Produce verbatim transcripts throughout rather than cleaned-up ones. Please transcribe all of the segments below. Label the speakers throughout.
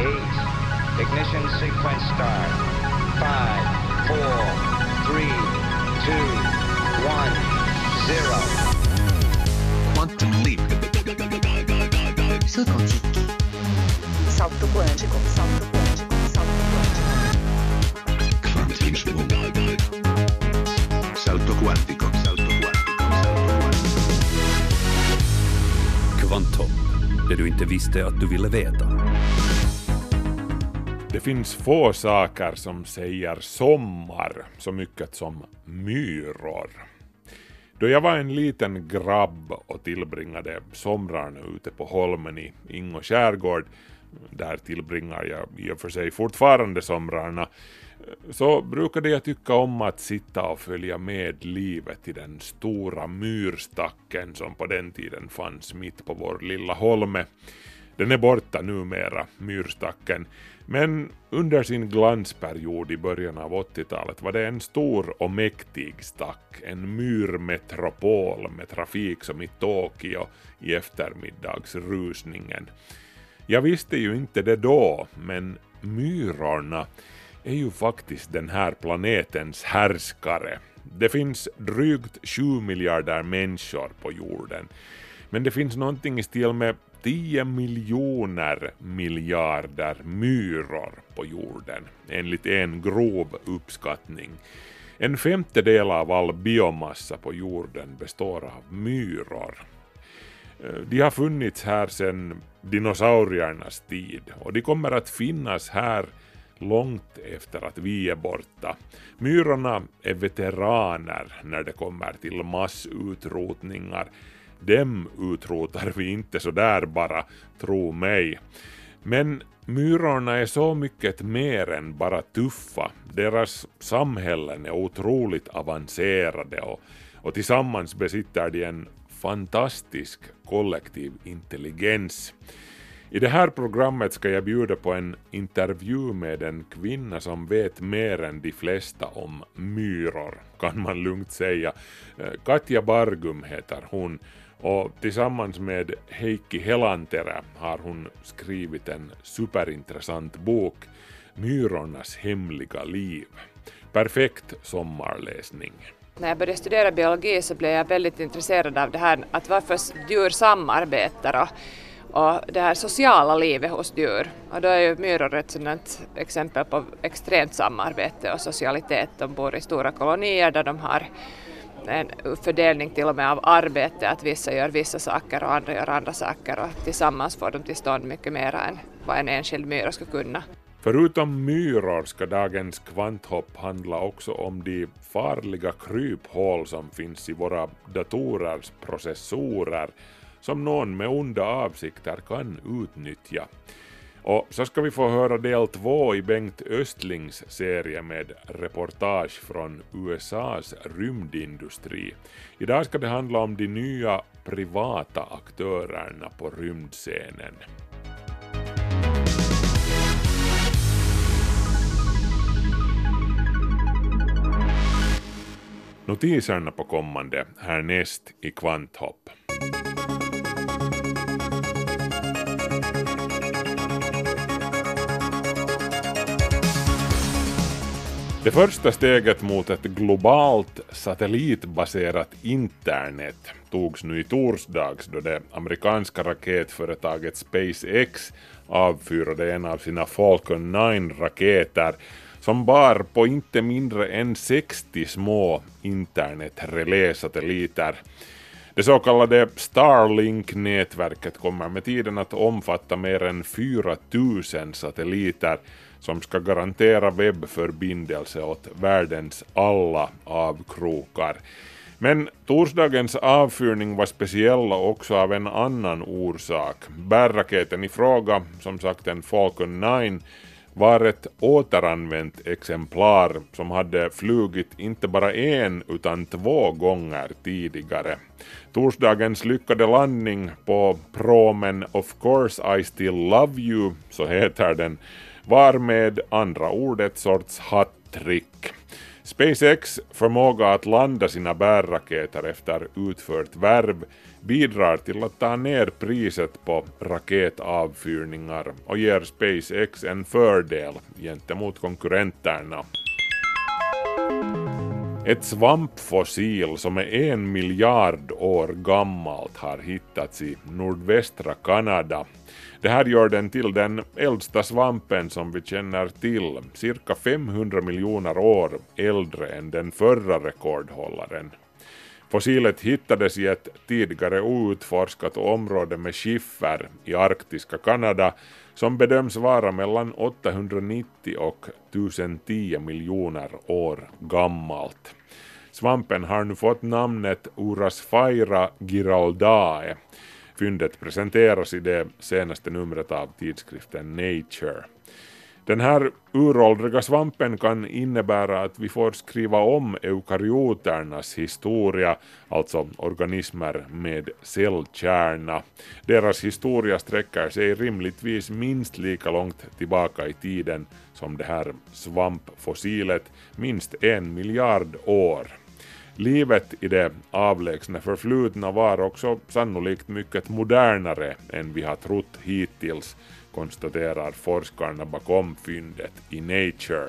Speaker 1: eight. Ignition sequence start. Five, four, three, two, one, zero.
Speaker 2: Quantum leap.
Speaker 3: Salto quântico. Salto quântico. Salto quântico. Salto quântico.
Speaker 2: Quantum Salto quantico. Salto quantico. Salto quantico.
Speaker 4: Kvantum. Det du inte visste att du ville veta.
Speaker 5: Det finns få saker som säger sommar så mycket som myror. Då jag var en liten grabb och tillbringade somrarna ute på Holmen i Ingå skärgård, där tillbringar jag i och för sig fortfarande somrarna, så brukade jag tycka om att sitta och följa med livet i den stora myrstacken som på den tiden fanns mitt på vår lilla holme. Den är borta numera, myrstacken, men under sin glansperiod i början av åttiotalet var det en stor och mäktig stack, en myrmetropol med trafik som i Tokyo i eftermiddagsrusningen. Jag visste ju inte det då, men myrorna är ju faktiskt den här planetens härskare. Det finns drygt sju miljarder människor på jorden, men det finns någonting i stil med tio miljoner miljarder myror på jorden, enligt en grov uppskattning. En femtedel av all biomassa på jorden består av myror. De har funnits här sedan dinosauriernas tid och de kommer att finnas här långt efter att vi är borta. Myrorna är veteraner när det kommer till massutrotningar. Dem utrotar vi inte så där bara, tro mig. Men myrorna är så mycket mer än bara tuffa. Deras samhällen är otroligt avancerade och, och tillsammans besitter de en fantastisk kollektiv intelligens. I det här programmet ska jag bjuda på en intervju med en kvinna som vet mer än de flesta om myror, kan man lugnt säga. Katja Bargum heter hon, och tillsammans med Heikki Helanterä har hon skrivit en superintressant bok, Myrornas hemliga liv. Perfekt sommarläsning.
Speaker 6: När jag började studera biologi så blev jag väldigt intresserad av det här att varför djur samarbetar och, och det här sociala livet hos djur. Och då är ju myror ett sådant exempel på extremt samarbete och socialitet. De bor i stora kolonier där de har en fördelning till och med av arbete, att vissa gör vissa saker och andra gör andra saker, och tillsammans får de till stånd mycket mer än vad en enskild myra ska kunna.
Speaker 5: Förutom myror ska dagens kvanthopp handla också om de farliga kryphål som finns i våra datorers processorer som någon med onda avsikter kan utnyttja. Och så ska vi få höra del två i Bengt Östlings serie med reportage från U S A:s rymdindustri. Idag ska det handla om de nya privata aktörerna på rymdscenen. Notiserna på kommande härnäst i Kvanthopp. Det första steget mot ett globalt satellitbaserat internet togs nu i torsdags då det amerikanska raketföretaget SpaceX avfyrade en av sina Falcon nio-raketer som bar på inte mindre än sextio små internetrelä-satelliter. Det så kallade Starlink-nätverket kommer med tiden att omfatta mer än fyra tusen satelliter som ska garantera webbförbindelse åt världens alla avkrokar. Men torsdagens avfyrning var speciell också av en annan orsak. Bärraketen i fråga, som sagt en Falcon nio, var ett återanvänt exemplar som hade flugit inte bara en utan två gånger tidigare. Torsdagens lyckade landning på promen Of course I still love you, så heter den, var med andra ord ett sorts hattrick. SpaceX förmåga att landa sina bärraketer efter utfört värv bidrar till att ta ner priset på raketavfyrningar och ger SpaceX en fördel gentemot konkurrenterna. Ett svampfossil som är en miljard år gammalt har hittats i nordvästra Kanada. Det här gör den till den äldsta svampen som vi känner till, cirka femhundra miljoner år äldre än den förra rekordhållaren. Fossilet hittades i ett tidigare outforskat område med skiffer i arktiska Kanada som bedöms vara mellan åttahundranittio och tusen tio miljoner år gammalt. Svampen har nu fått namnet Urasfaira giraldae. Fyndet presenteras i det senaste numret av tidskriften Nature. Den här uråldriga svampen kan innebära att vi får skriva om eukaryoternas historia, alltså organismer med cellkärna. Deras historia sträcker sig rimligtvis minst lika långt tillbaka i tiden som det här svampfossilet, minst en miljard år. Livet i det avlägsna förflutna var också sannolikt mycket modernare än vi har trott hittills, konstaterar forskarna bakom fyndet i Nature.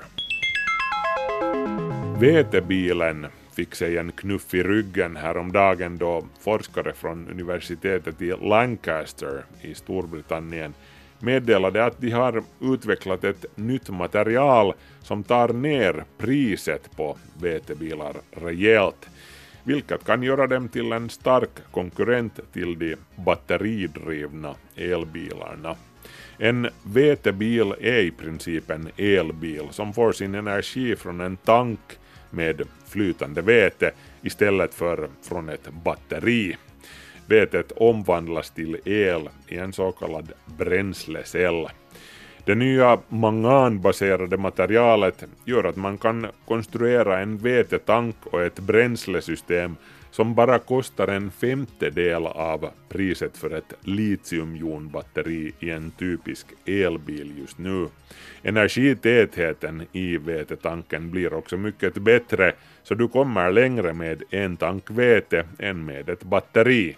Speaker 5: Vetebilen fick sig en knuff i ryggen häromdagen då forskare från universitetet i Lancaster i Storbritannien meddelade att de har utvecklat ett nytt material som tar ner priset på vetebilar rejält, vilket kan göra dem till en stark konkurrent till de batteridrivna elbilarna. En vetebil är i princip en elbil som får sin energi från en tank med flytande vete istället för från ett batteri. Vetet omvandlas till el i en så kallad bränslecell. Det nya manganbaserade materialet gör att man kan konstruera en vetetank och ett bränslesystem som bara kostar en femtedel av priset för ett litiumjonbatteri i en typisk elbil just nu. Energitätheten i vetetanken blir också mycket bättre, så du kommer längre med en tank vete än med ett batteri.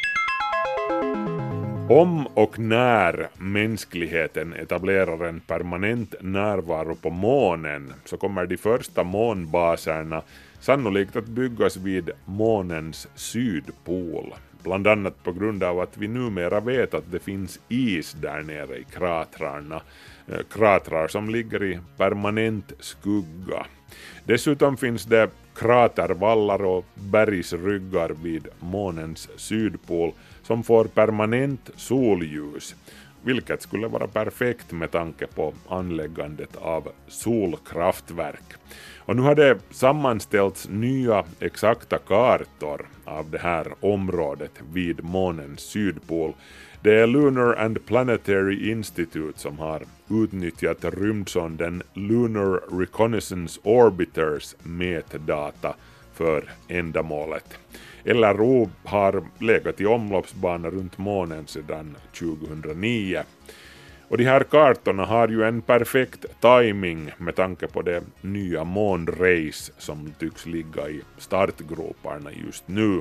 Speaker 5: Om och när mänskligheten etablerar en permanent närvaro på månen så kommer de första månbaserna sannolikt att byggas vid månens sydpol. Bland annat på grund av att vi numera vet att det finns is där nere i kratrarna. Kratrar som ligger i permanent skugga. Dessutom finns det kratervallar och bergsryggar vid månens sydpol som får permanent solljus, vilket skulle vara perfekt med tanke på anläggandet av solkraftverk. Och nu har det sammanställts nya exakta kartor av det här området vid månens sydpol. Det är Lunar and Planetary Institute som har utnyttjat rymdsonden Lunar Reconnaissance Orbiters metadata för ändamålet. L R O har legat i omloppsbana runt månen sedan tjugohundranio. Och de här kartorna har ju en perfekt timing med tanke på det nya månrace som tycks ligga i startgroparna just nu.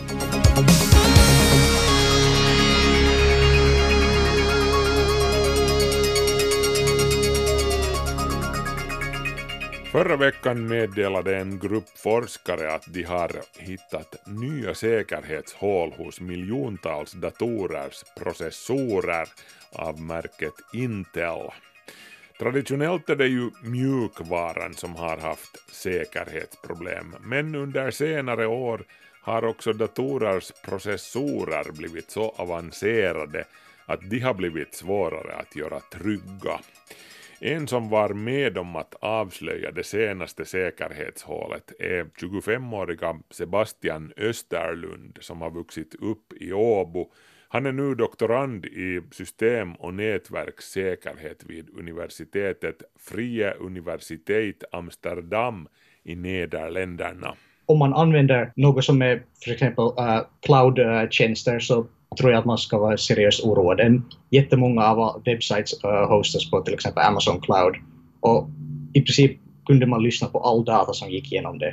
Speaker 5: Förra veckan meddelade en grupp forskare att de har hittat nya säkerhetshål hos miljontals datorers processorer av märket Intel. Traditionellt är det ju mjukvaran som har haft säkerhetsproblem, men under senare år har också datorers processorer blivit så avancerade att de har blivit svårare att göra trygga. En som var med om att avslöja det senaste säkerhetshålet är tjugofemåriga Sebastian Österlund som har vuxit upp i Åbo. Han är nu doktorand i system- och nätverkssäkerhet vid universitetet Vrije Universiteit Amsterdam i Nederländerna.
Speaker 7: Om man använder något som är för exempel uh, cloud-tjänster så tror jag att man ska vara seriöst oroad. Jättemånga av webbsites uh, hostas på till exempel Amazon Cloud och i princip kunde man lyssna på all data som gick igenom det.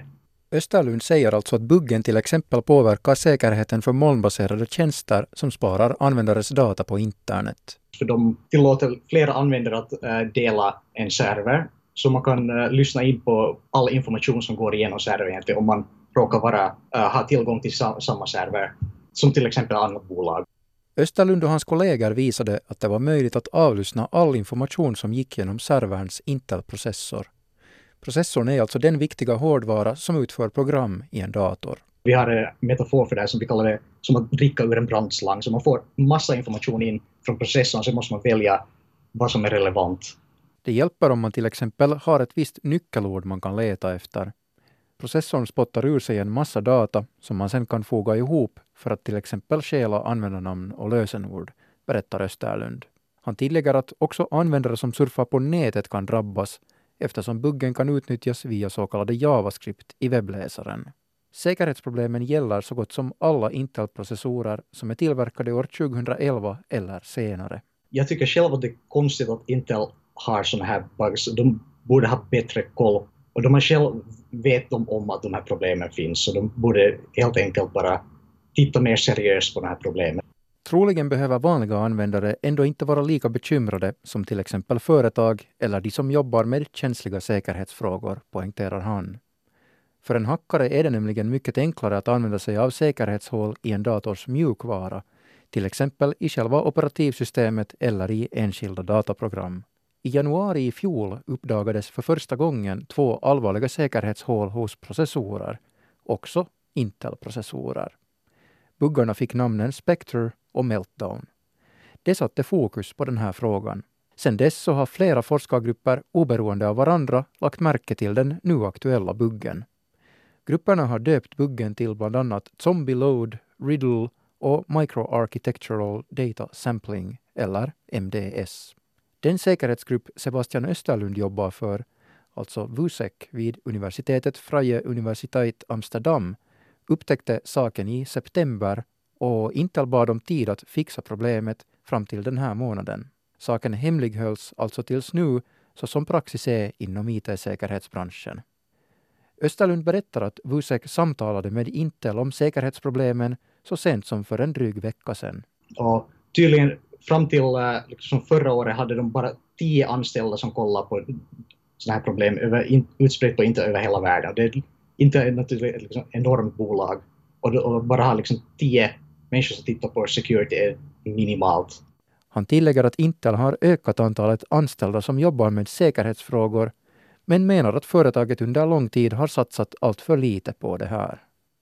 Speaker 8: Österlund säger alltså att buggen till exempel påverkar säkerheten för molnbaserade tjänster som sparar användares data på internet.
Speaker 7: För de tillåter flera användare att äh, dela en server, så man kan äh, lyssna in på all information som går igenom servern om man råkar vara, äh, ha tillgång till sa- samma server som till exempel annat bolag.
Speaker 8: Österlund och hans kollegor visade att det var möjligt att avlyssna all information som gick genom serverns Intel-processor. Processorn är alltså den viktiga hårdvara som utför program i en dator.
Speaker 7: Vi har en metafor för det som vi kallar det som att dricka ur en brandslang. Så man får massa information in från processorn, så måste man välja vad som är relevant.
Speaker 8: Det hjälper om man till exempel har ett visst nyckelord man kan leta efter. Processorn spottar ur sig en massa data som man sedan kan foga ihop för att till exempel stjäla användarnamn och lösenord, berättar Österlund. Han tillägger att också användare som surfar på nätet kan drabbas eftersom buggen kan utnyttjas via så kallade JavaScript i webbläsaren. Säkerhetsproblemen gäller så gott som alla Intel-processorer som är tillverkade år tjugohundraelva eller senare.
Speaker 7: Jag tycker själv att det är konstigt att Intel har såna här bugs. De borde ha bättre koll. Och de har själv vet de om att de här problemen finns. Så de borde helt enkelt bara titta mer seriöst på de här problemen.
Speaker 8: Troligen behöver vanliga användare ändå inte vara lika bekymrade som till exempel företag eller de som jobbar med känsliga säkerhetsfrågor, poängterar han. För en hackare är det nämligen mycket enklare att använda sig av säkerhetshål i en dators mjukvara, till exempel i själva operativsystemet eller i enskilda dataprogram. I januari i fjol uppdagades för första gången två allvarliga säkerhetshål hos processorer, också Intel-processorer. Buggarna fick namnen Spectre och Meltdown. Det satte fokus på den här frågan. Sedan dess så har flera forskargrupper oberoende av varandra lagt märke till den nu aktuella buggen. Grupperna har döpt buggen till bland annat Zombie Load, Riddle och Microarchitectural Data Sampling, eller M D S. Den säkerhetsgrupp Sebastian Österlund jobbar för, alltså WUSEC vid universitetet Freie Universiteit Amsterdam, upptäckte saken i september och Intel bad om tid att fixa problemet fram till den här månaden. Saken hemlighölls alltså tills nu, så som praxis är inom I T-säkerhetsbranschen. Österlund berättar att WUSEC samtalade med Intel om säkerhetsproblemen så sent som för en dryg vecka sedan.
Speaker 7: Och tydligen fram till liksom förra året hade de bara tio anställda som kollar på sådana här problem över, in, utspritt på inte över hela världen. Det är inte naturligtvis liksom ett enormt bolag och, och bara ha liksom tio människor som tittar på security är minimalt.
Speaker 8: Han tillägger att Intel har ökat antalet anställda som jobbar med säkerhetsfrågor, men menar att företaget under lång tid har satsat allt för lite på det här.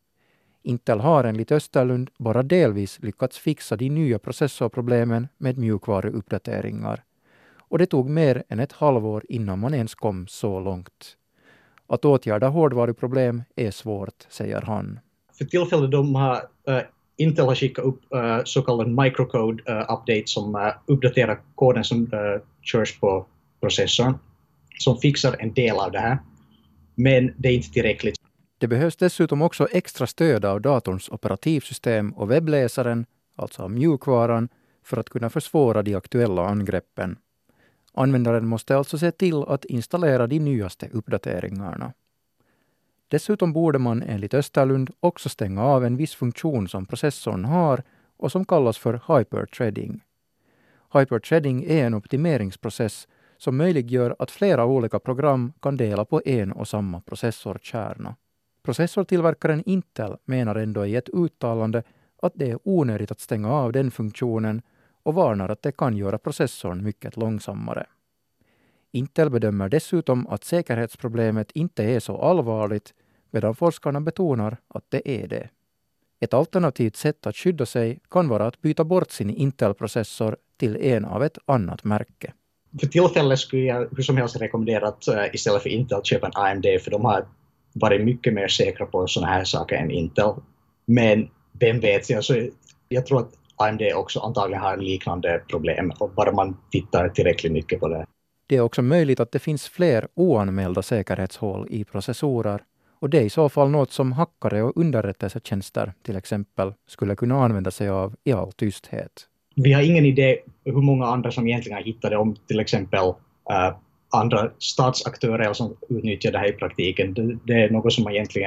Speaker 8: Intel har enligt Österlund bara delvis lyckats fixa de nya processorproblemen med mjukvaruuppdateringar. Och det tog mer än ett halvår innan man ens kom så långt. Att åtgärda hårdvaruproblem är svårt, säger han.
Speaker 7: För tillfället de har, uh, Intel har skickat upp uh, så kallad microcode uh, update som uh, uppdaterar koden som uh, körs på processorn, som fixar en del av det här. Men det är inte tillräckligt.
Speaker 8: Det behövs dessutom också extra stöd av datorns operativsystem och webbläsaren, alltså av mjukvaran, för att kunna försvåra de aktuella angreppen. Användaren måste alltså se till att installera de nyaste uppdateringarna. Dessutom borde man enligt Österlund också stänga av en viss funktion som processorn har och som kallas för hyperthreading. Hyperthreading är en optimeringsprocess som möjliggör att flera olika program kan dela på en och samma processorkärna. Processortillverkaren Intel menar ändå i ett uttalande att det är onödigt att stänga av den funktionen och varnar att det kan göra processorn mycket långsammare. Intel bedömer dessutom att säkerhetsproblemet inte är så allvarligt, medan forskarna betonar att det är det. Ett alternativt sätt att skydda sig kan vara att byta bort sin Intel-processor till en av ett annat märke.
Speaker 7: För tillfället skulle jag hur som helst rekommendera att uh, istället för Intel köpa en A M D, för de har varit mycket mer säkra på sådana här saker än Intel. Men vem vet, jag, så jag tror att A M D också antagligen har liknande problem, och bara man tittar tillräckligt mycket på det.
Speaker 8: Det är också möjligt att det finns fler oanmälda säkerhetshål i processorer, och det är i så fall något som hackare och underrättelsetjänster till exempel skulle kunna använda sig av i all tysthet.
Speaker 7: Vi har ingen idé hur många andra som egentligen har hittat det, om till exempel uh, andra statsaktörer som utnyttjar det här i praktiken. Det, det är något som man egentligen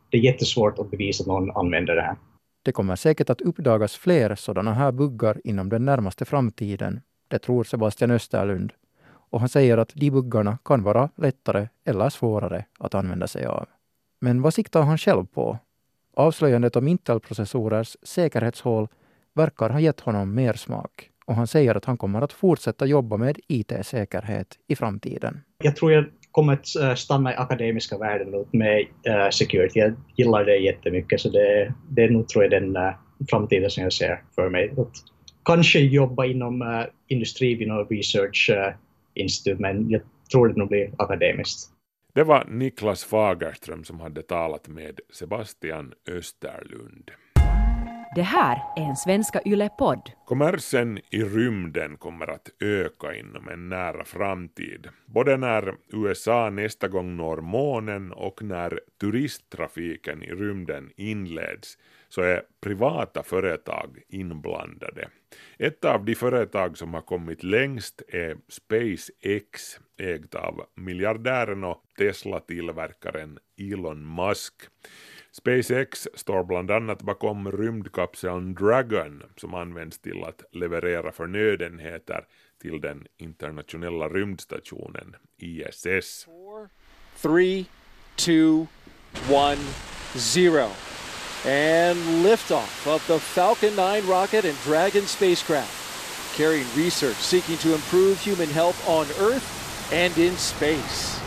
Speaker 7: det är jättesvårt att bevisa att någon använder det här.
Speaker 8: Det kommer säkert att uppdagas fler sådana här buggar inom den närmaste framtiden. Det tror Sebastian Österlund. Och han säger att de buggarna kan vara lättare eller svårare att använda sig av. Men vad siktar han själv på? Avslöjandet om Intel-processorers säkerhetshål verkar ha gett honom mer smak. Och han säger att han kommer att fortsätta jobba med I T-säkerhet i framtiden.
Speaker 7: Jag tror jag kommer att stanna i akademiska världen med uh, security. Jag gillar det jättemycket, så det, det är nog tror jag den uh, framtiden som jag ser för mig. Att kanske jobba inom uh, industri, inom research uh, institut, men jag tror det nog blir akademiskt.
Speaker 5: Det var Niklas Fagerström som hade talat med Sebastian Österlund.
Speaker 9: Det här är en Svenska Yle-podd.
Speaker 5: Kommersen i rymden kommer att öka inom en nära framtid. Både när U S A nästa gång når månen och när turisttrafiken i rymden inleds så är privata företag inblandade. Ett av de företag som har kommit längst är SpaceX, ägt av miljardären och Tesla-tillverkaren Elon Musk. SpaceX står bland annat bakom rymdkapseln Dragon som används till att leverera förnödenheter till den internationella rymdstationen I S S.
Speaker 10: four, three, two, one, zero. And liftoff of the Falcon nine rocket and Dragon spacecraft, carrying research seeking to improve human health on Earth and in space.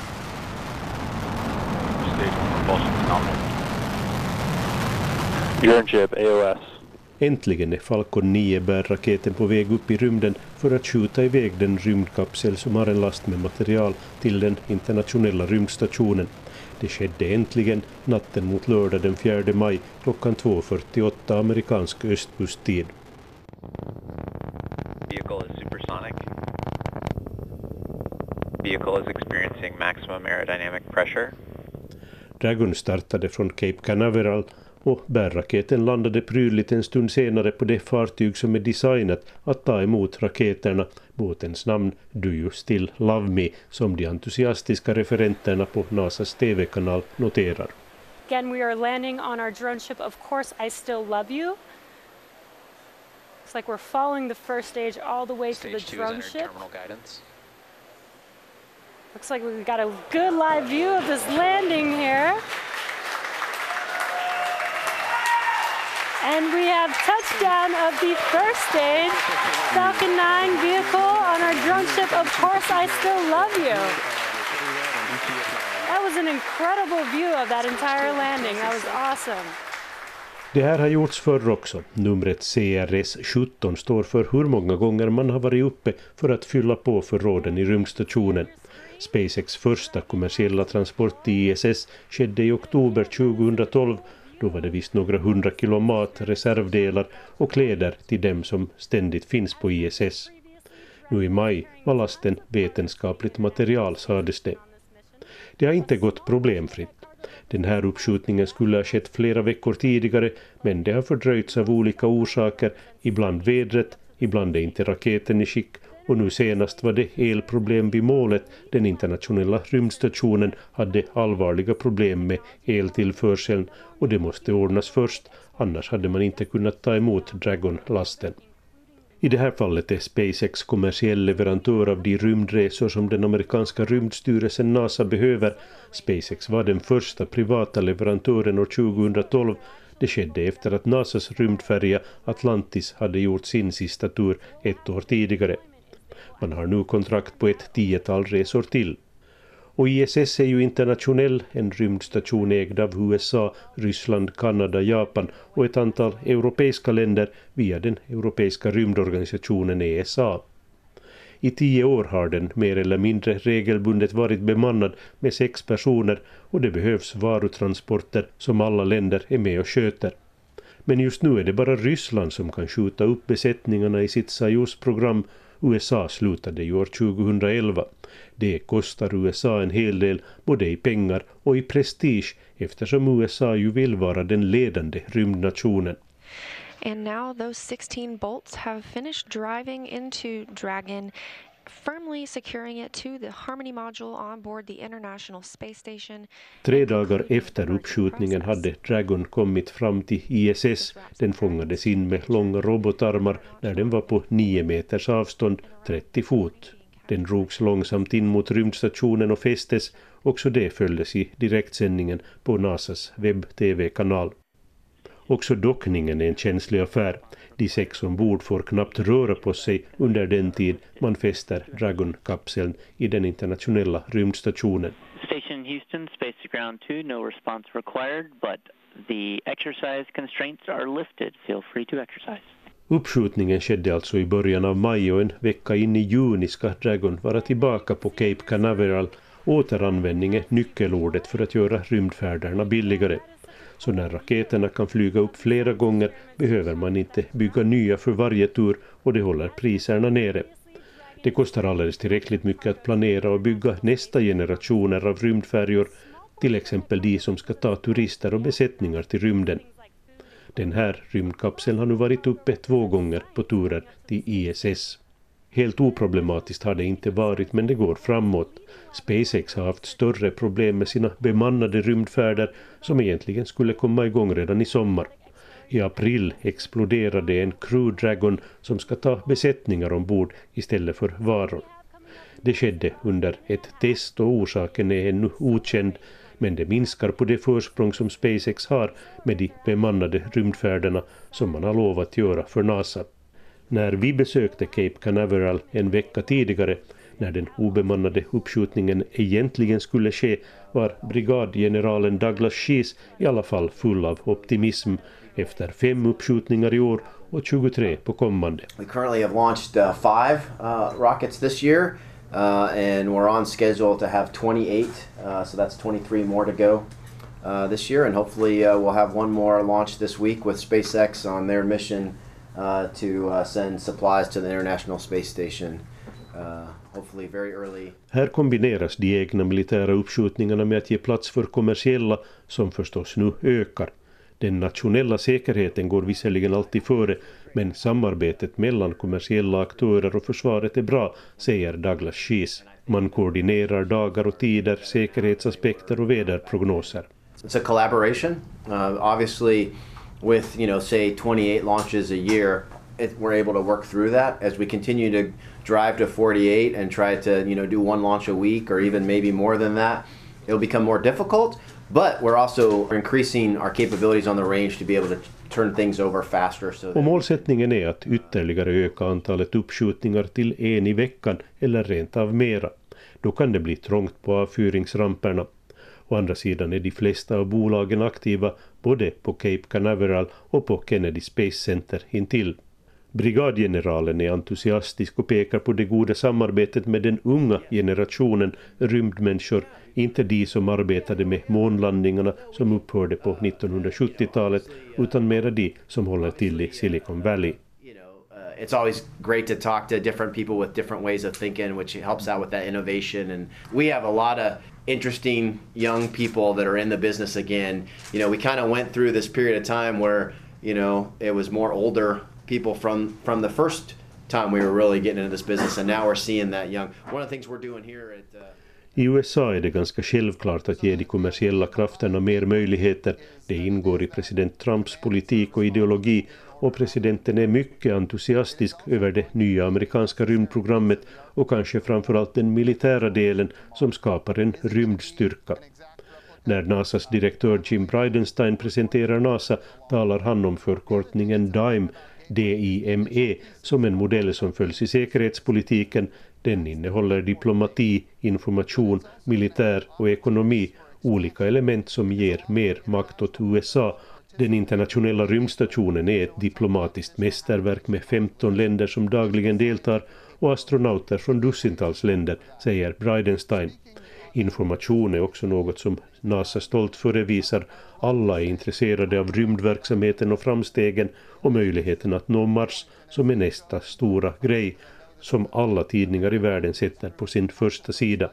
Speaker 11: Urnship A O S. Äntligen är Falcon nio-bärraketen på väg upp i rymden för att skjuta iväg den rymdkapsel som har en last med material till den internationella rymdstationen. Det skedde äntligen natten mot lördag den fjärde maj klockan två fyrtioåtta amerikansk östkusttid.
Speaker 12: Vehicle is supersonic. Vehicle is experiencing maximum aerodynamic pressure.
Speaker 11: Dragon startade från Cape Canaveral och bärraketen landade prydligt en stund senare på det fartyg som är designat att ta emot raketerna. Båtens namn Do You Still Love Me, som de entusiastiska referenterna på NASAs T V-kanal noterar.
Speaker 13: Again, we are landing on our drone ship. Of course, I still love you. It's like we're following the first stage all the way
Speaker 12: Stage
Speaker 13: to the
Speaker 12: two
Speaker 13: drone
Speaker 12: is
Speaker 13: ship.
Speaker 12: terminal guidance.
Speaker 13: Looks like we've got a good live view of this landing here. And we have touchdown of the first stage, Falcon nine vehicle on our drone ship. Of course, I still love you. That was an incredible view of that entire landing. That was awesome.
Speaker 11: Det här har gjorts förr också. Numret C R S sjutton står för hur många gånger man har varit uppe för att fylla på förråden i rymdstationen. SpaceX första kommersiella transport till I S S skedde i oktober tjugohundratolv. Då var det visst några hundra kilo mat, reservdelar och kläder till dem som ständigt finns på I S S. Nu i maj var lasten vetenskapligt material, sades det. Det har inte gått problemfritt. Den här uppskjutningen skulle ha skett flera veckor tidigare, men det har fördröjts av olika orsaker, ibland vädret, ibland är inte raketen i skick, och nu senast var det elproblem vid målet. Den internationella rymdstationen hade allvarliga problem med eltillförseln och det måste ordnas först, annars hade man inte kunnat ta emot Dragon-lasten. I det här fallet är SpaceX kommersiell leverantör av de rymdresor som den amerikanska rymdstyrelsen NASA behöver. SpaceX var den första privata leverantören år tjugohundratolv. Det skedde efter att NASAs rymdfärja Atlantis hade gjort sin sista tur ett år tidigare. Man har nu kontrakt på ett tiotal resor till. Och I S S är ju internationell, en rymdstation ägd av U S A, Ryssland, Kanada, Japan och ett antal europeiska länder via den europeiska rymdorganisationen E S A. I tio år har den mer eller mindre regelbundet varit bemannad med sex personer och det behövs varutransporter som alla länder är med och sköter. Men just nu är det bara Ryssland som kan skjuta upp besättningarna i sitt Soyuz-program. U S A slutade i år tjugohundraelva. Det kostar U S A en hel del både i pengar och i prestige eftersom U S A ju vill vara den ledande rymdnationen.
Speaker 14: And now those sixteen bolts have finished driving into Dragon firmly securing it to the Harmony module on board the International Space Station.
Speaker 11: Tre dagar efter uppskjutningen hade Dragon kommit fram till I S S. Den fångades in med långa robotarmar när den var på nio meters avstånd, trettio fot. Den drogs långsamt in mot rymdstationen och fästes. Också det följdes i direktsändningen på NASAs webb-tv-kanal. Också dockningen är en känslig affär. De sex ombord får knappt röra på sig under den tid man fäster Dragon-kapseln i den internationella rymdstationen.
Speaker 15: Station Houston, space to ground two, no response required, but the exercise constraints are lifted. Feel free to exercise.
Speaker 11: Uppskjutningen skedde alltså i början av maj och en vecka in i juni ska Dragon vara tillbaka på Cape Canaveral. Återanvändning är nyckelordet för att göra rymdfärderna billigare. Så när raketerna kan flyga upp flera gånger behöver man inte bygga nya för varje tur och det håller priserna nere. Det kostar alldeles tillräckligt mycket att planera och bygga nästa generationer av rymdfärjor, till exempel de som ska ta turister och besättningar till rymden. Den här rymdkapseln har nu varit uppe två gånger på turer till I S S. Helt oproblematiskt har det inte varit, men det går framåt. SpaceX har haft större problem med sina bemannade rymdfärder som egentligen skulle komma igång redan i sommar. I april exploderade en Crew Dragon som ska ta besättningar ombord istället för varor. Det skedde under ett test och orsaken är ännu okänd, men det minskar på det försprång som SpaceX har med de bemannade rymdfärderna som man har lovat göra för NASA. När vi besökte Cape Canaveral en vecka tidigare, när den obemannade uppskjutningen egentligen skulle ske, var brigadgeneralen Douglas Shees i alla fall full av optimism efter fem uppskjutningar i år och tjugotre på kommande.
Speaker 16: We currently have launched uh, five uh, rockets this year uh, and we're on schedule to have twenty-eight, uh, so that's twenty-three more to go uh, this year, and hopefully uh, we'll have one more launch this week with SpaceX on their mission Uh, to uh, send supplies to the International Space Station, uh, hopefully very early.
Speaker 11: Här kombineras de egna militära uppskjutningarna med att ge plats för kommersiella som förstås nu ökar. Den nationella säkerheten går visserligen alltid före, men samarbetet mellan kommersiella aktörer och försvaret är bra, säger Douglas Shees. Man koordinerar dagar och tider, säkerhetsaspekter och väderprognoser.
Speaker 16: It's a collaboration, uh, obviously. With, you know, say twenty-eight launches a year, it, we're able to work through that. As we continue to drive to forty-eight and try to, you know, do one launch a week or even maybe more than that, it'll become more difficult. But we're also increasing our capabilities on the range to be able to turn things over faster. So
Speaker 11: och målsättningen är att ytterligare öka antalet uppskjutningar till en i veckan eller rent av mera. Då kan det bli trångt på avfyringsramperna. Å andra sidan är de flesta av bolagen aktiva både på Cape Canaveral och på Kennedy Space Center intill. Brigadgeneralen är entusiastisk och pekar på det goda samarbetet med den unga generationen rymdmänniskor, inte de som arbetade med månlandningarna som upphörde på nittonhundrasjuttiotalet, utan mera de som håller till i Silicon Valley.
Speaker 16: It's always great to talk to different people with different ways of thinking, which helps out with that innovation. And we have a lot of interesting young people that are in the business again. You know, we kind of went through this period of time where, you know, it was more older people from, from the first time we were really getting into this business, and now we're seeing that young. One of the things we're doing here at... Uh,
Speaker 11: I U S A är det ganska självklart att ge de kommersiella krafterna mer möjligheter. Det ingår i president Trumps politik och ideologi, och presidenten är mycket entusiastisk över det nya amerikanska rymdprogrammet och kanske framförallt den militära delen som skapar en rymdstyrka. När NASAs direktör Jim Bridenstine presenterar NASA talar han om förkortningen D I M E, D I M E, som en modell som följs i säkerhetspolitiken. Den innehåller diplomati, information, militär och ekonomi, olika element som ger mer makt åt U S A. Den internationella rymdstationen är ett diplomatiskt mästerverk med femton länder som dagligen deltar och astronauter från dussintals länder, säger Bridenstine. Information är också något som NASA stolt förevisar. Alla är intresserade av rymdverksamheten och framstegen och möjligheten att nå Mars som är nästa stora grej som alla tidningar i världen sätter på sin första sida.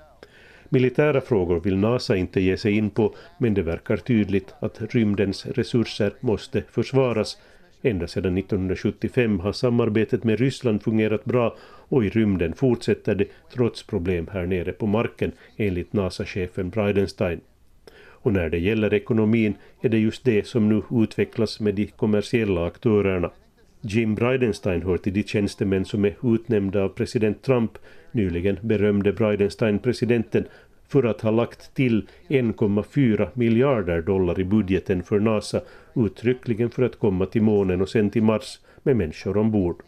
Speaker 11: Militära frågor vill NASA inte ge sig in på, men det verkar tydligt att rymdens resurser måste försvaras. Ända sedan nittonhundrasjuttiofem har samarbetet med Ryssland fungerat bra och i rymden fortsätter det trots problem här nere på marken enligt NASA-chefen Bridenstine. Och när det gäller ekonomin är det just det som nu utvecklas med de kommersiella aktörerna. Jim Bridenstine hör till de tjänstemän som är utnämnda av president Trump. Nyligen berömde Bridenstine presidenten för att ha lagt till en komma fyra miljarder dollar i budgeten för NASA, uttryckligen för att komma till månen och sen till Mars med människor ombord.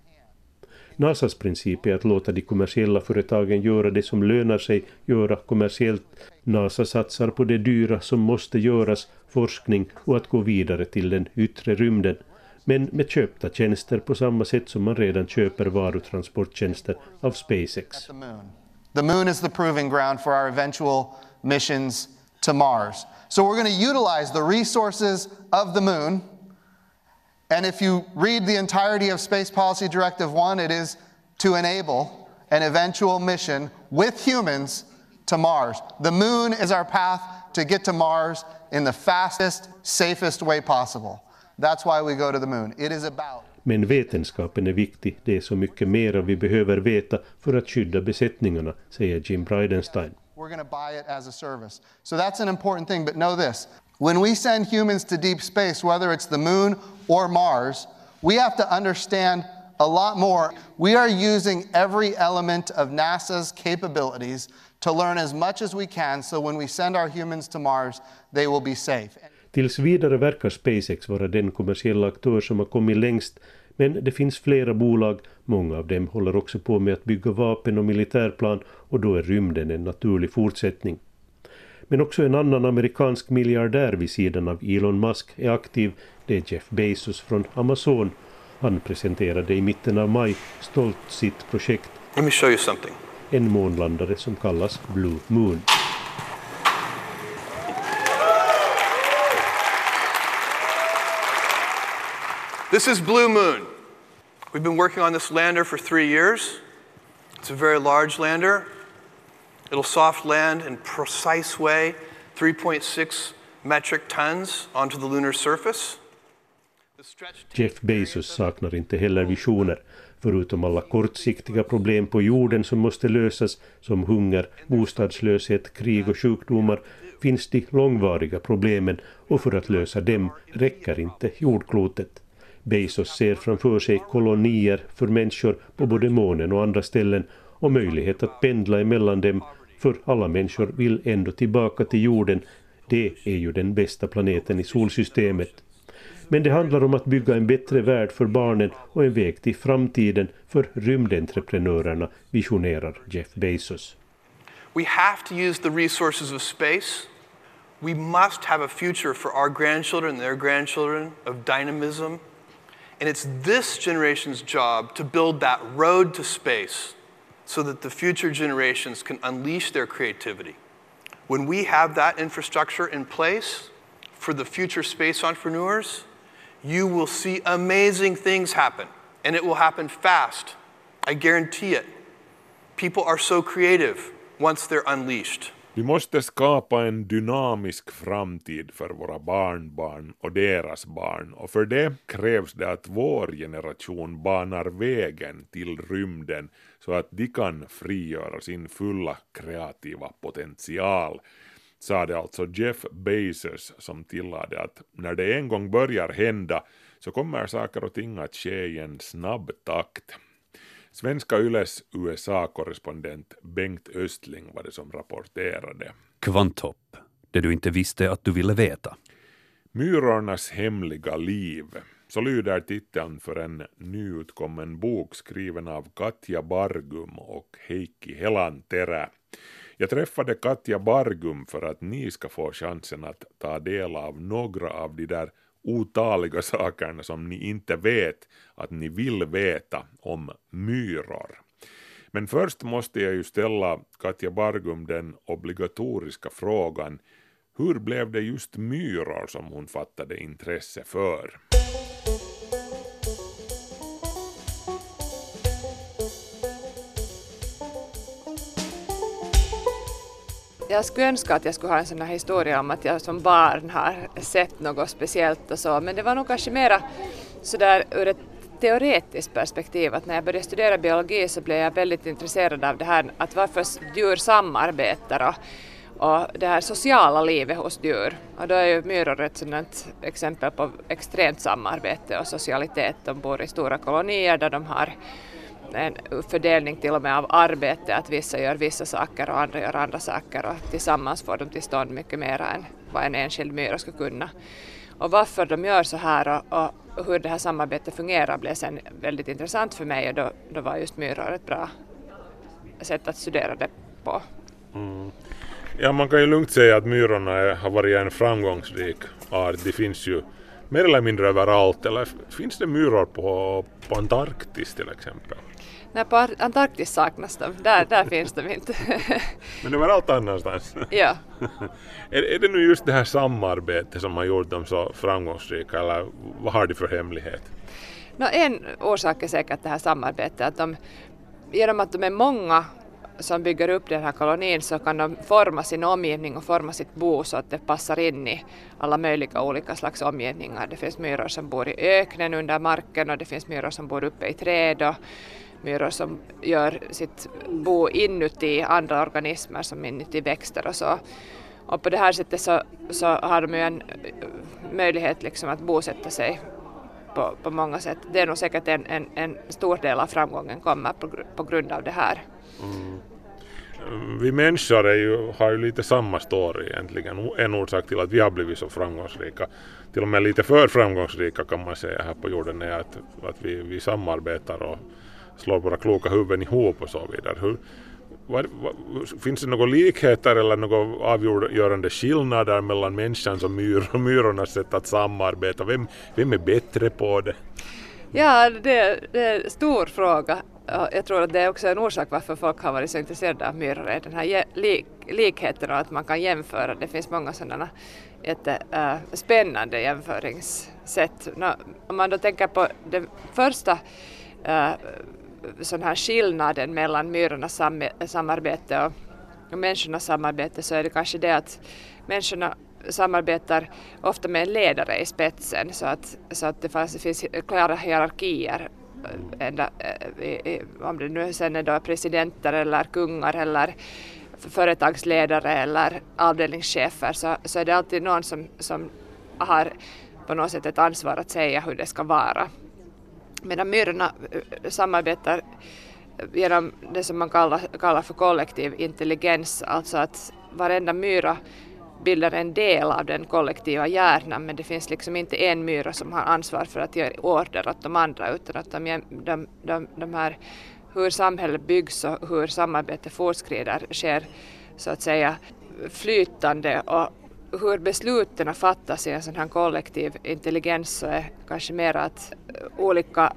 Speaker 11: NASAs princip är att låta de kommersiella företagen göra det som lönar sig göra kommersiellt. NASA satsar på det dyra som måste göras, forskning och att gå vidare till den yttre rymden. Men med köpta tjänster på samma sätt som man redan köper varutransporttjänster av SpaceX.
Speaker 17: The moon is the proving ground for our eventual missions to Mars. So we're going to utilize the resources of the moon. And if you read the entirety of Space Policy Directive one, it is to enable an eventual mission with humans to Mars. The moon is our path to get to Mars in the fastest, safest way possible. That's why we go to the moon. It is about...
Speaker 11: Men vetenskapen är viktig. Det är så mycket mer vi behöver veta för att skydda besättningarna, säger Jim Bridenstine.
Speaker 17: We're going to buy it as a service. So that's an important thing, but know this. When we send humans to deep space, whether it's the moon or Mars, we have to understand a lot more. We are using every element of NASA's capabilities to learn as much as we can, so when we send our humans to Mars, they will be safe.
Speaker 11: Tills vidare verkar SpaceX vara den kommersiella aktör som har kommit längst, men det finns flera bolag, många av dem håller också på med att bygga vapen och militärplan och då är rymden en naturlig fortsättning. Men också en annan amerikansk miljardär vid sidan av Elon Musk är aktiv, det är Jeff Bezos från Amazon. Han presenterade i mitten av maj stolt sitt projekt.
Speaker 18: Let me show you something.
Speaker 11: En månlandare som kallas Blue Moon.
Speaker 18: This is Blue Moon. We've been working on this lander for three years. It's a very large lander. It'll soft land in precise way, three point six metric tons onto the lunar surface.
Speaker 11: Jeff Bezos saknar inte heller visioner. Förutom alla kortsiktiga problem på jorden som måste lösas, som hunger, bostadslöshet, krig och sjukdomar, finns de långvariga problemen och för att lösa dem räcker inte jordklotet. Bezos ser framför sig kolonier för människor på både månen och andra ställen och möjlighet att pendla emellan dem, för alla människor vill ändå tillbaka till jorden. Det är ju den bästa planeten i solsystemet. Men det handlar om att bygga en bättre värld för barnen och en väg till framtiden för rymdentreprenörerna, visionerar Jeff Bezos.
Speaker 18: We have to use the resources of space. We must have a future for our grandchildren and their grandchildren of dynamism. And it's this generation's job to build that road to space so that the future generations can unleash their creativity. When we have that infrastructure in place for the future space entrepreneurs, you will see amazing things happen, and it will happen fast. I guarantee it. People are so creative once they're unleashed.
Speaker 5: Vi måste skapa en dynamisk framtid för våra barnbarn och deras barn, och för det krävs det att vår generation banar vägen till rymden så att de kan frigöra sin fulla kreativa potential, sa det alltså Jeff Bezos, som tillade att när det en gång börjar hända så kommer saker och ting att ske i en snabb takt. Svenska Yles U S A-korrespondent Bengt Östling var det som rapporterade.
Speaker 4: Kvanthopp, det du inte visste att du ville veta.
Speaker 5: Myrornas hemliga liv. Så lyder titeln för en nyutkommen bok skriven av Katja Bargum och Heikki Helanterä. Jag träffade Katja Bargum för att ni ska få chansen att ta del av några av de där otaliga sakerna som ni inte vet att ni vill veta om myror. Men först måste jag ju ställa Katja Bargum den obligatoriska frågan: hur blev det just myror som hon fattade intresse för?
Speaker 6: Jag skulle önska att jag skulle ha en sån här historia om att jag som barn har sett något speciellt och så, men det var nog kanske mera så där ur ett teoretiskt perspektiv, att när jag började studera biologi så blev jag väldigt intresserad av det här att varför djur samarbetar och, och det här sociala livet hos djur. Och då är ju myror ett sådant exempel på extremt samarbete och socialitet. De bor i stora kolonier där de har en fördelning till och med av arbete, att vissa gör vissa saker och andra gör andra saker och tillsammans får de till stånd mycket mer än vad en enskild myra skulle kunna. Och varför de gör så här och, och hur det här samarbetet fungerar blev sen väldigt intressant för mig, och då, då var just myror ett bra sätt att studera det på.
Speaker 5: Mm. Ja, man kan ju lugnt säga att myrorna är, har varit en framgångsrik art. Det finns ju mer eller mindre överallt. Eller finns det myror på, på Antarktis till exempel?
Speaker 6: Nej, på Antarktis saknas de. Där, där finns de inte.
Speaker 5: Men överallt annanstans?
Speaker 6: Ja.
Speaker 5: är, är det nu just det här samarbetet som har gjort dem så framgångsrika, eller vad har de för hemlighet?
Speaker 6: No, en orsak är säkert det här samarbetet. Att de, genom att de är många som bygger upp den här kolonin så kan de forma sin omgivning och forma sitt bo så att det passar in i alla möjliga olika slags omgivningar. Det finns myror som bor i öknen under marken och det finns myror som bor uppe i träd och myror som gör sitt bo inuti andra organismer som inuti växter och så. Och på det här sättet så, så har de ju en möjlighet liksom att bosätta sig på, på många sätt. Det är nog säkert en, en, en stor del av framgången kommer på, på grund av det här.
Speaker 5: Mm. Vi människor är ju, har ju lite samma story egentligen. En orsak till att vi har blivit så framgångsrika, till och med lite för framgångsrika kan man säga här på jorden, är att, att vi, vi samarbetar och slår våra kloka huvuden ihop och så vidare. Hur, vad, vad, finns det några likheter eller några avgörande skillnader mellan människans och myr, myrornas sätt att samarbeta? Vem, vem är bättre på det?
Speaker 6: Ja, det, det är en stor fråga. Jag tror att det är också en orsak varför folk har varit så intresserade av myror, är den här lik, likheten och att man kan jämföra. Det finns många sådana jätte, äh, spännande jämföringssätt. Nå, om man då tänker på den första äh, sån här skillnaden mellan myrornas sam, samarbete och, och människornas samarbete, så är det kanske det att människorna samarbetar ofta med en ledare i spetsen, så att, så att det finns, finns klara hierarkier. Ända, om det nu sen är då presidenter eller kungar eller företagsledare eller avdelningschefer, så, så är det alltid någon som, som har på något sätt ett ansvar att säga hur det ska vara. Medan myrorna samarbetar genom det som man kallar, kallar för kollektiv intelligens, alltså att varenda myra bildar en del av den kollektiva hjärnan, men det finns liksom inte en myra som har ansvar för att ge order åt de andra, utan att de, de, de, de här, hur samhället byggs och hur samarbetet fortskrider sker så att säga flytande, och hur besluten fattas i en sån här kollektiv intelligens så är kanske mer att olika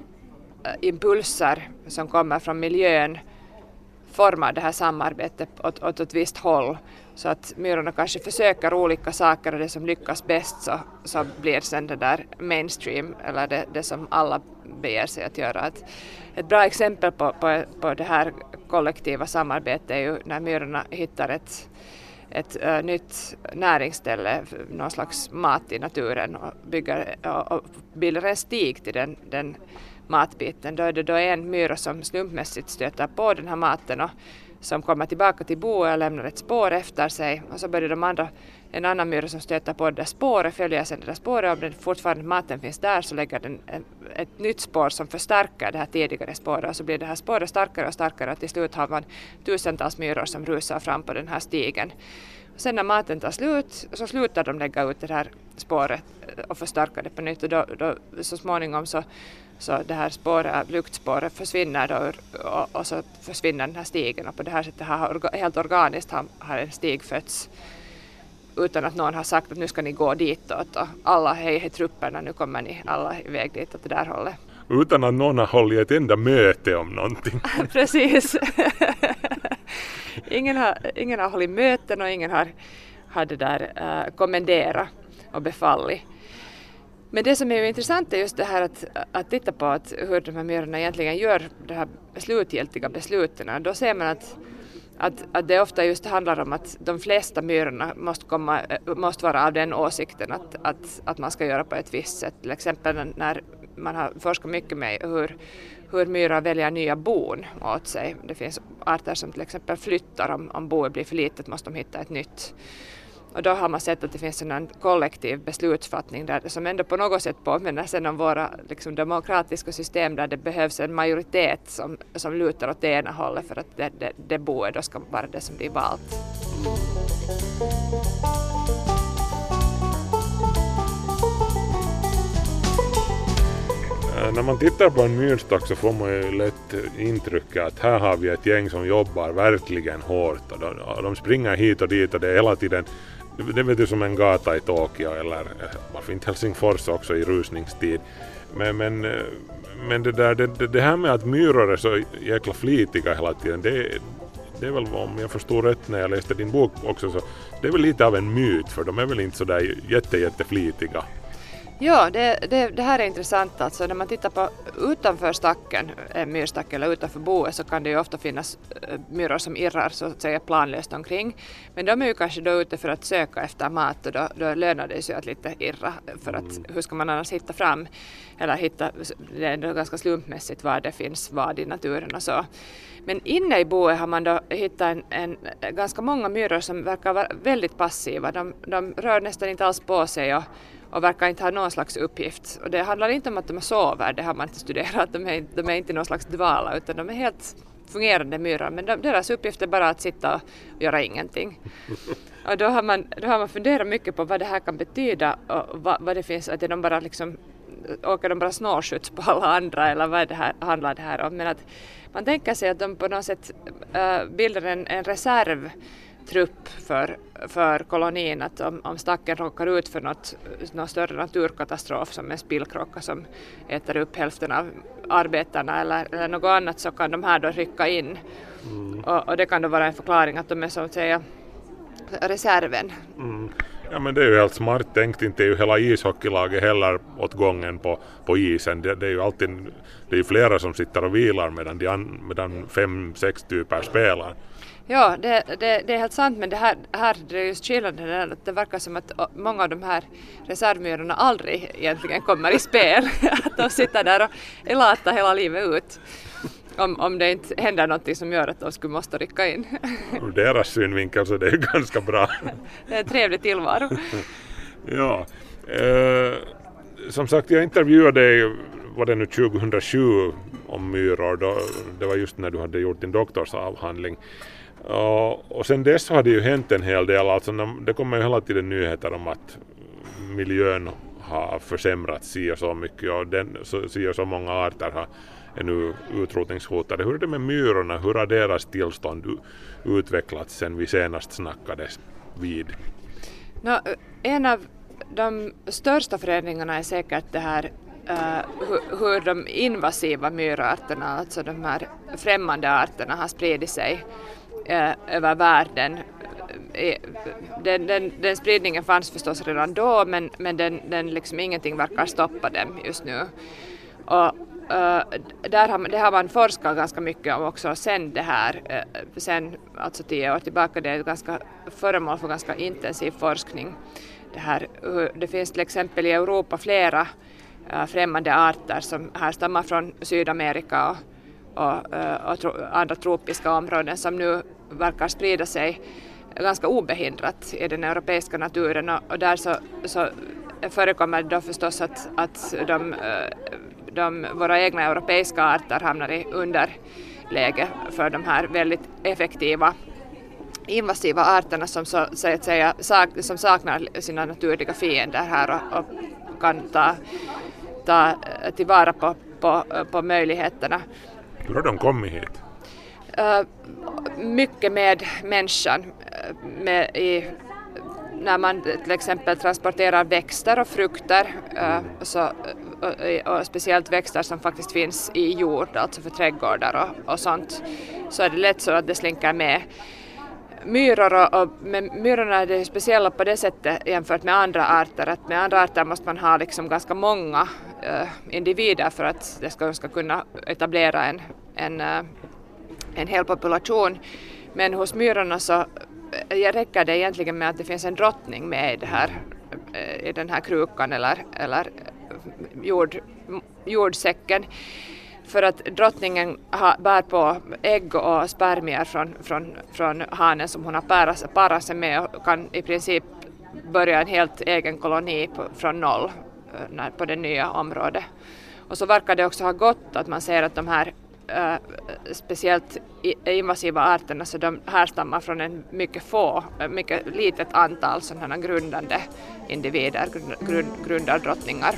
Speaker 6: impulser som kommer från miljön formar det här samarbetet åt, åt ett visst håll, så att myrorna kanske försöker olika saker och det som lyckas bäst så, så blir sen det där mainstream eller det, det som alla beger sig att göra. Ett, ett bra exempel på, på, på det här kollektiva samarbetet är ju när myrorna hittar ett, ett uh, nytt näringsställe, någon slags mat i naturen och, bygger, och, och bildar en stig till den, den matbiten. Då är det då en myra som slumpmässigt stöter på den här maten och som kommer tillbaka till boet och lämnar ett spår efter sig, och så börjar de andra, en annan myra som stöter på det där spåret, följer sen det där spåret, och om den fortfarande maten finns där så lägger den ett nytt spår som förstärker det här tidigare spåret, och så blir det här spåret starkare och starkare och till slut har man tusentals myror som rusar fram på den här stigen. Och sen när maten tar slut så slutar de lägga ut det här spåret och förstärka det på nytt, och då, då så småningom så Så det här spåret, luktspåret försvinner då, och, och så försvinner den här stigen, och på det här sättet har helt organiskt har, har en stig fötts utan att någon har sagt att nu ska ni gå ditåt och alla hej hej trupperna, nu kommer ni alla iväg dit åt det där hållet.
Speaker 5: Utan att någon har hållit ett enda möte om någonting.
Speaker 6: Precis. ingen, har, ingen har hållit möten och ingen har, har det där uh, kommenderat och befallit. Men det som är ju intressant är just det här att, att titta på att hur de här myrorna egentligen gör de här slutgiltiga besluten. Då ser man att, att, att det ofta just handlar om att de flesta myrorna måste, komma, måste vara av den åsikten att, att, att man ska göra på ett visst sätt. Till exempel när man har forskat mycket med hur, hur myrar väljer nya bon åt sig. Det finns arter som till exempel flyttar, om, om boet blir för litet måste de hitta ett nytt. Och då har man sett att det finns en kollektiv beslutsfattning där, som ändå på något sätt påminner sen om våra liksom, demokratiska system där det behövs en majoritet som, som lutar åt det ena hållet för att det, det, det boet då ska vara det som blir valt.
Speaker 5: När man tittar på en myrstack så får man ju lätt intrycket att här har vi ett gäng som jobbar verkligen hårt. Och de, de springer hit och dit och det är hela tiden, det vet du som en gata i Tokyo eller varför inte Helsingfors också i rusningstid. Men, men, men det, där, det, det här med att myror är så jäkla flitiga hela tiden, det, det är väl, om jag förstår rätt när jag läste din bok också, så det är väl lite av en myt för de är väl inte så där jätte, jätteflitiga.
Speaker 6: Ja, det, det, det här är intressant. Alltså, när man tittar på utanför stacken, en myrstack eller utanför boet, så kan det ju ofta finnas myror som irrar så att säga planlöst omkring. Men de är ju kanske då ute för att söka efter mat och då, då lönar det sig att lite irra. För att hur ska man annars hitta fram? Eller hitta, det är ändå ganska slumpmässigt var det finns vad i naturen och så. Men inne i boet har man då hittat en, en, ganska många myror som verkar vara väldigt passiva. De, de rör nästan inte alls på sig och och verkar inte ha någon slags uppgift. Och det handlar inte om att de sover, det har man inte studerat. De är, de är inte någon slags dvala, utan de är helt fungerande myror. Men de, deras uppgift är bara att sitta och göra ingenting. Och då har man, då har man funderat mycket på vad det här kan betyda och vad, vad det finns, att de bara liksom, åker de bara snårskjuts på alla andra eller vad det här, handlar det här om. Men att man tänker sig att de på något sätt äh, bildar en, en reserv trupp för, för kolonin, att om, om stacken råkar ut för något, något större naturkatastrof som en spillkrocka som äter upp hälften av arbetarna eller, eller något annat, så kan de här då rycka in. Mm. Och, och det kan då vara en förklaring att de är så att säga reserven.
Speaker 5: Mm. Ja, men det är ju helt smart tänkt, inte är ju hela ishockeylaget heller åt gången på, på isen. Det, det är ju alltid, det är ju flera som sitter och vilar medan, de, medan fem, sex typer spelar.
Speaker 6: Ja, det, det, det är helt sant, men det här, här det är just skillnaden att det verkar som att många av de här reservmyrorna aldrig egentligen kommer i spel. Att de sitter där och är lata hela livet ut. Om, om det inte händer något som gör att de skulle måste rycka in.
Speaker 5: Ur deras synvinkel så det är ju ganska bra.
Speaker 6: Det är en trevlig tillvaro.
Speaker 5: Ja, eh, som sagt jag intervjuade dig, var det nu tjugohundrasju om myror, då, det var just när du hade gjort din doktorsavhandling. Och, och sen dess har det ju hänt en hel del, alltså det kommer ju hela tiden nyheter om att miljön har försämrats si och så mycket och den, så, si och så många arter har, är nu utrotningshotade. Hur är det med myrorna? Hur har deras tillstånd utvecklats sen vi senast snackades vid?
Speaker 6: No, en av de största förändringarna är säkert det här uh, hur, hur de invasiva myrarterna, alltså de här främmande arterna, har spridit sig uh, över världen. Den, den, den spridningen fanns förstås redan då, men, men den, den liksom ingenting verkar stoppa dem just nu. Och uh, där har, det har man forskat ganska mycket om också sen det här, uh, sen alltså tio år tillbaka, det är ganska föremål för ganska intensiv forskning. Det, här, uh, det finns till exempel i Europa flera uh, främmande arter som härstammar från Sydamerika och, och, uh, och tro, andra tropiska områden som nu verkar sprida sig ganska obehindrat i den europeiska naturen, och, och där så, så förekommer det då förstås att, att de, de, våra egna europeiska arter hamnar i underläge för de här väldigt effektiva invasiva arterna som, så, så att säga, sak, som saknar sina naturliga fiender här och, och kan ta, ta tillvara på, på, på möjligheterna.
Speaker 5: Hur har de kommit hit?
Speaker 6: Uh, mycket med människan. Med i, när man till exempel transporterar växter och frukter, uh, så, och, och speciellt växter som faktiskt finns i jord, alltså för trädgårdar och, och sånt, så är det lätt så att det slinker med. Myror och, och med myrorna är det speciella på det sättet jämfört med andra arter, att med andra arter måste man ha liksom ganska många uh, individer för att det ska, ska kunna etablera en, en, uh, en hel population. Men hos myrorna så räcker det egentligen med att det finns en drottning med i, det här, i den här krukan eller, eller jord, jordsäcken. För att drottningen ha, bär på ägg och spermier från, från, från hanen som hon har parat, parat sig med och kan i princip börja en helt egen koloni på, från noll när, på det nya området. Och så verkar det också ha gått att man ser att de här äh, speciellt invasiva arterna så de härstammar från en mycket få, mycket litet antal sådana grundande individer, grund, grundardrottningar.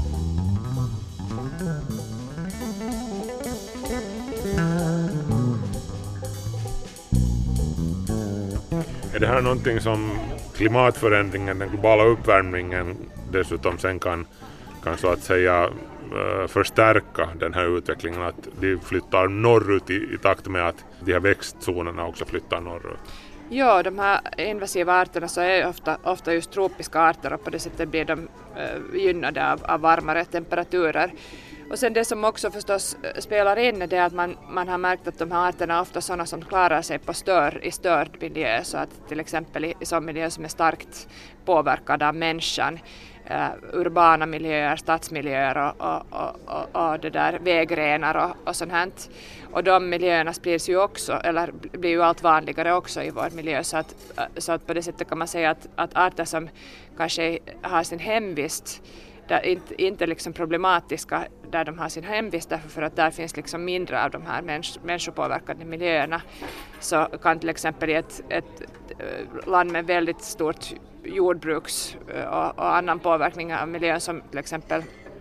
Speaker 5: Är det här någonting som klimatförändringen, den globala uppvärmningen dessutom sen kan, kan så att säga förstärka den här utvecklingen, att de flyttar norrut i, i takt med att de här växtzonerna också flyttar norrut?
Speaker 6: Ja, de här invasiva arterna så är ofta, ofta just tropiska arter och på det sättet blir de uh, gynnade av, av varmare temperaturer. Och sen det som också förstås spelar in är det att man, man har märkt att de här arterna är ofta sådana som klarar sig på stör, i störd miljö, så att till exempel i, i sån miljö som är starkt påverkad av människan, uh, urbana miljöer, stadsmiljöer och, och, och, och, och det där vägrenar och, och sånt här. Och de miljöerna sprids ju också, eller blir ju allt vanligare också i vår miljö, så att, så att på det sättet kan man säga att, att arter som kanske har sin hemvist där inte, inte liksom problematiska där de har sin hemvist därför för att där finns liksom mindre av de här mäns, människopåverkande miljöerna, så kan till exempel i ett, ett land med väldigt stort jordbruks och, och annan påverkning av miljön som till exempel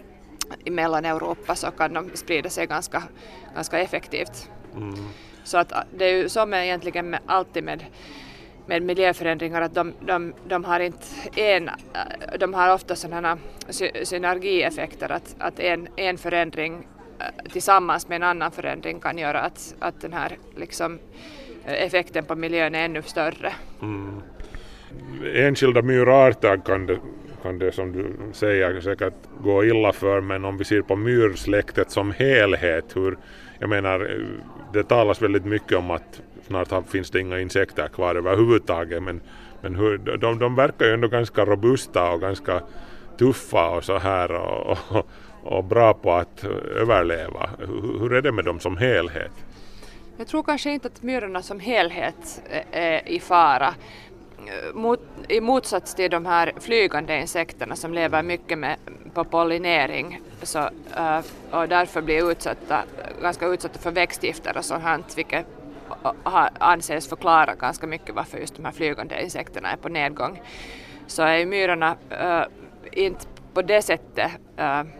Speaker 6: i Mellaneuropa så kan de sprida sig ganska, ganska effektivt. Mm. Så att det är ju som är egentligen med, alltid med med miljöförändringar att de, de, de har inte en, de har ofta sådana synergieffekter att, att en, en förändring tillsammans med en annan förändring kan göra att, att den här liksom effekten på miljön är ännu större. Mm.
Speaker 5: Enskilda myrarter kan det, kan det som du säger säkert gå illa för, men om vi ser på myrsläktet som helhet, hur, jag menar, det talas väldigt mycket om att snart finns det inga insekter kvar överhuvudtaget, men, men hur, de, de verkar ju ändå ganska robusta och ganska tuffa och så här och, och, och bra på att överleva. Hur, hur är det med dem som helhet?
Speaker 6: Jag tror kanske inte att myrorna som helhet är i fara. Mot, i motsats till de här flygande insekterna som lever mycket med, på pollinering så, uh, och därför blir utsatta, ganska utsatta för växtgifter och sånt, vilket uh, anses förklara ganska mycket varför just de här flygande insekterna är på nedgång. Så är myrorna uh, inte på det sättet uh, uh,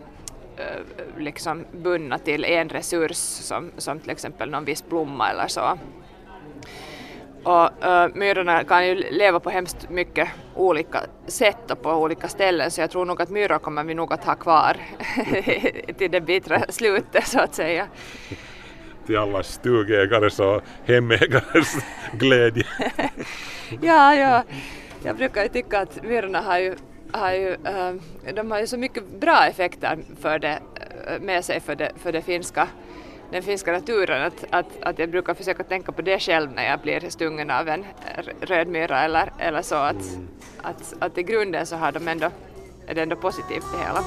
Speaker 6: liksom bundna till en resurs som, som till exempel någon viss blomma eller så. Och uh, myrorna kan ju leva på hemskt mycket olika sätt och på olika ställen, så jag tror nog att myror kommer vi nog att ha kvar till det bittra slutet så att säga.
Speaker 5: Till alla stugägares och hemägares glädje.
Speaker 6: ja, ja, jag brukar ju tycka att myrorna har ju, har ju, uh, de har ju så mycket bra effekter för det, med sig för det, för det finska den finska naturen, att, att, att jag brukar försöka tänka på det själv när jag blir stungen av en rödmyra eller, eller så, att, mm. att, att i grunden så har de ändå, är det ändå positivt det hela.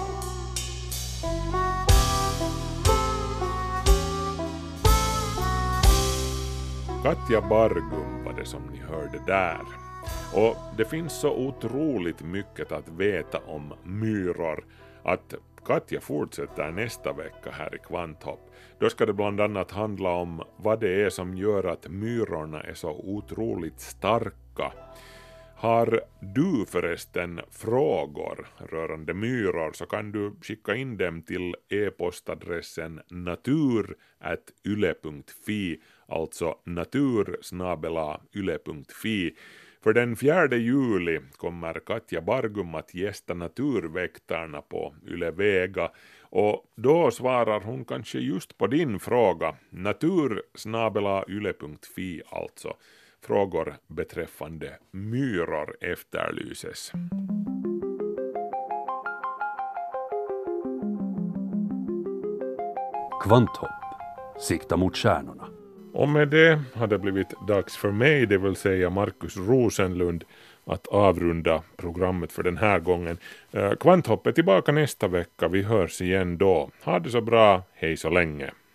Speaker 5: Katja Bargum var det som ni hörde där. Och det finns så otroligt mycket att veta om myror att Katja fortsätter nästa vecka här i Kvanthopp. Då ska det bland annat handla om vad det är som gör att myrorna är så otroligt starka. Har du förresten frågor rörande myror så kan du skicka in dem till e-postadressen natur at yle punkt fi, alltså natur snabel-a yle punkt fi. För den fjärde juli kommer Katja Bargum att gästa Naturväktarna på Yle Vega, och då svarar hon kanske just på din fråga. natur snabel-a yle punkt fi, alltså. Frågor beträffande myror efterlyses.
Speaker 4: Kvanthopp. Sikta mot stjärnorna.
Speaker 5: Och med det har det blivit dags för mig, det vill säga Markus Rosenlund, att avrunda programmet för den här gången. Kvanthopp är tillbaka nästa vecka. Vi hörs igen då. Ha det så bra. Hej så länge.